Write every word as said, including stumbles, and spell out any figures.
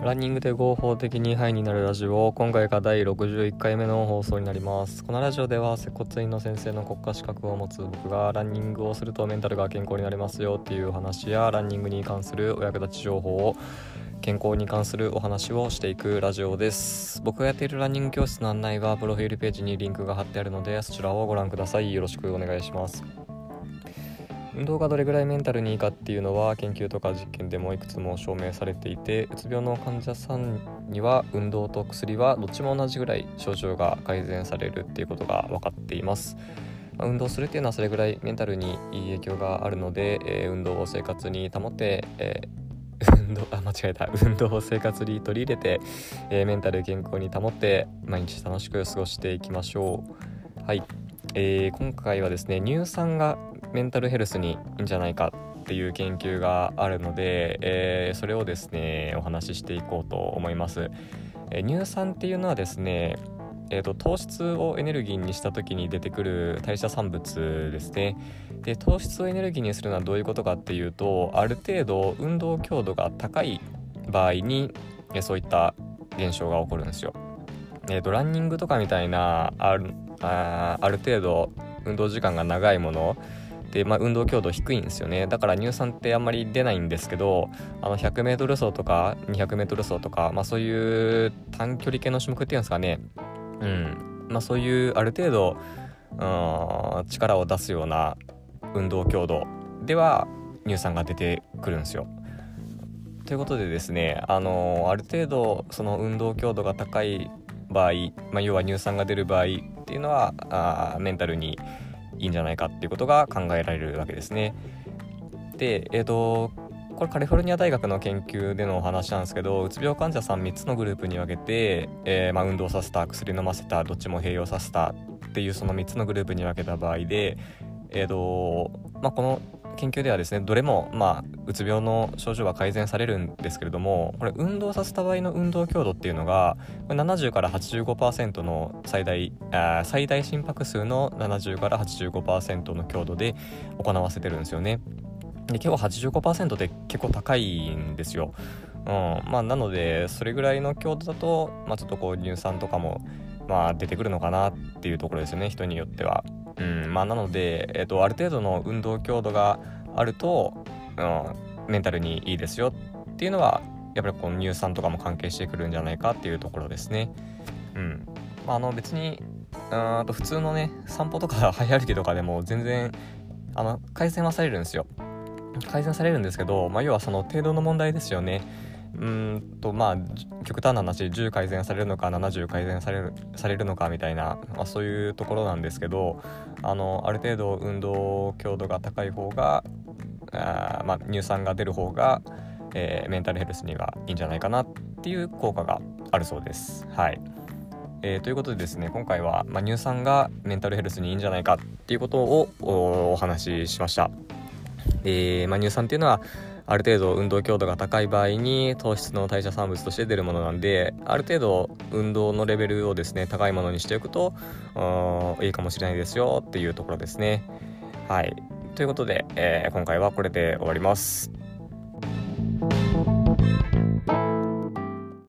ランニングで合法的にハイになるラジオ、今回がだいろくじゅういっかいめの放送になります。このラジオでは接骨院の先生の国家資格を持つ僕がランニングをするとメンタルが健康になりますよっていう話や、ランニングに関するお役立ち情報を、健康に関するお話をしていくラジオです。僕がやっているランニング教室の案内はプロフィールページにリンクが貼ってあるので、そちらをご覧ください。よろしくお願いします。運動がどれぐらいメンタルにいいかっていうのは研究とか実験でもいくつも証明されていて、うつ病の患者さんには運動と薬はどっちも同じぐらい症状が改善されるっていうことが分かっています。まあ、運動するっていうのはそれぐらいメンタルにいい影響があるので、えー、運動を生活に保って、えー、運動あ間違えた運動を生活に取り入れて、えー、メンタル健康に保って毎日楽しく過ごしていきましょう。はい、えー、今回はですね、乳酸がメンタルヘルスにいいんじゃないかっていう研究があるので、えー、それをですねお話ししていこうと思います。えー、乳酸っていうのはですね、えーと、糖質をエネルギーにした時に出てくる代謝産物ですね。で、糖質をエネルギーにするのはどういうことかっていうと、ある程度運動強度が高い場合に、えー、そういった現象が起こるんですよ。えーと、ランニングとかみたいなある、あ、ある程度運動時間が長いもので、まあ、運動強度低いんですよね。だから乳酸ってあんまり出ないんですけど、あの ひゃくメートル 走とか にひゃくメートル 走とか、まあ、そういう短距離系の種目っていうんですかね、うんまあ、そういうある程度、うん、力を出すような運動強度では乳酸が出てくるんですよ。ということでですね、あのある程度その運動強度が高い場合、まあ、要は乳酸が出る場合っていうのはあメンタルにいいんじゃないかっていうことが考えられるわけですね。で、えーとこれカリフォルニア大学の研究でのお話なんですけど、うつ病患者さんみっつのグループに分けて、えーまあ、運動させた、薬飲ませた、どっちも併用させたっていうそのみっつのグループに分けた場合で、えーとまあ、この研究ではですね、どれも、まあ、うつ病の症状は改善されるんですけれども、これ運動させた場合の運動強度っていうのがななじゅうから はちじゅうごパーセント の最大あ最大心拍数のななじゅうから はちじゅうごパーセント の強度で行わせてるんですよね。で、結構 はちじゅうごパーセント って結構高いんですよ。うんまあ、なのでそれぐらいの強度だと、まあ、ちょっとこう乳酸とかも、まあ、出てくるのかなっていうところですよね、人によっては。うんまあ、なので、えーと、ある程度の運動強度があると、うん、メンタルにいいですよっていうのはやっぱりこの乳酸とかも関係してくるんじゃないかっていうところですね。うんまあ、あの別にうんと普通のね散歩とか早歩きとかでも全然あの改善はされるんですよ。改善されるんですけど、まあ、要はその程度の問題ですよね。うーんとまあ極端な話、じゅう改善されるのかななじゅう改善されるされるのかみたいな、まあ、そういうところなんですけど、あのある程度運動強度が高い方があ、まあ、乳酸が出る方が、えー、メンタルヘルスにはいいんじゃないかなっていう効果があるそうです。はい、えー、ということでですね、今回は、まあ、乳酸がメンタルヘルスにいいんじゃないかっていうことを お, お話ししました。えーまあ、乳酸っていうのはある程度運動強度が高い場合に糖質の代謝産物として出るものなんで、ある程度運動のレベルをですね高いものにしておくといいかもしれないですよっていうところですね。はい、ということで、えー、今回はこれで終わります。